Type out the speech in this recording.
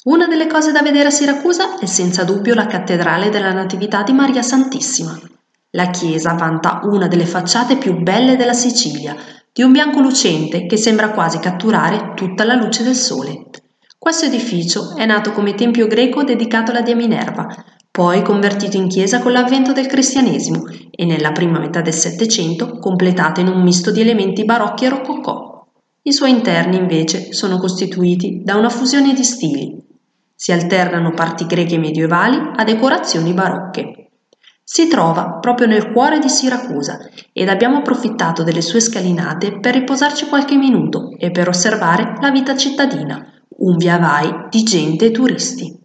Una delle cose da vedere a Siracusa è senza dubbio la cattedrale della Natività di Maria Santissima. La chiesa vanta una delle facciate più belle della Sicilia, di un bianco lucente che sembra quasi catturare tutta la luce del sole. Questo edificio è nato come tempio greco dedicato alla dea Minerva, poi convertito in chiesa con l'avvento del cristianesimo e nella prima metà del Settecento completato in un misto di elementi barocchi e rococò. I suoi interni invece sono costituiti da una fusione di stili. Si alternano parti greche medievali a decorazioni barocche. Si trova proprio nel cuore di Siracusa ed abbiamo approfittato delle sue scalinate per riposarci qualche minuto e per osservare la vita cittadina, un via vai di gente e turisti.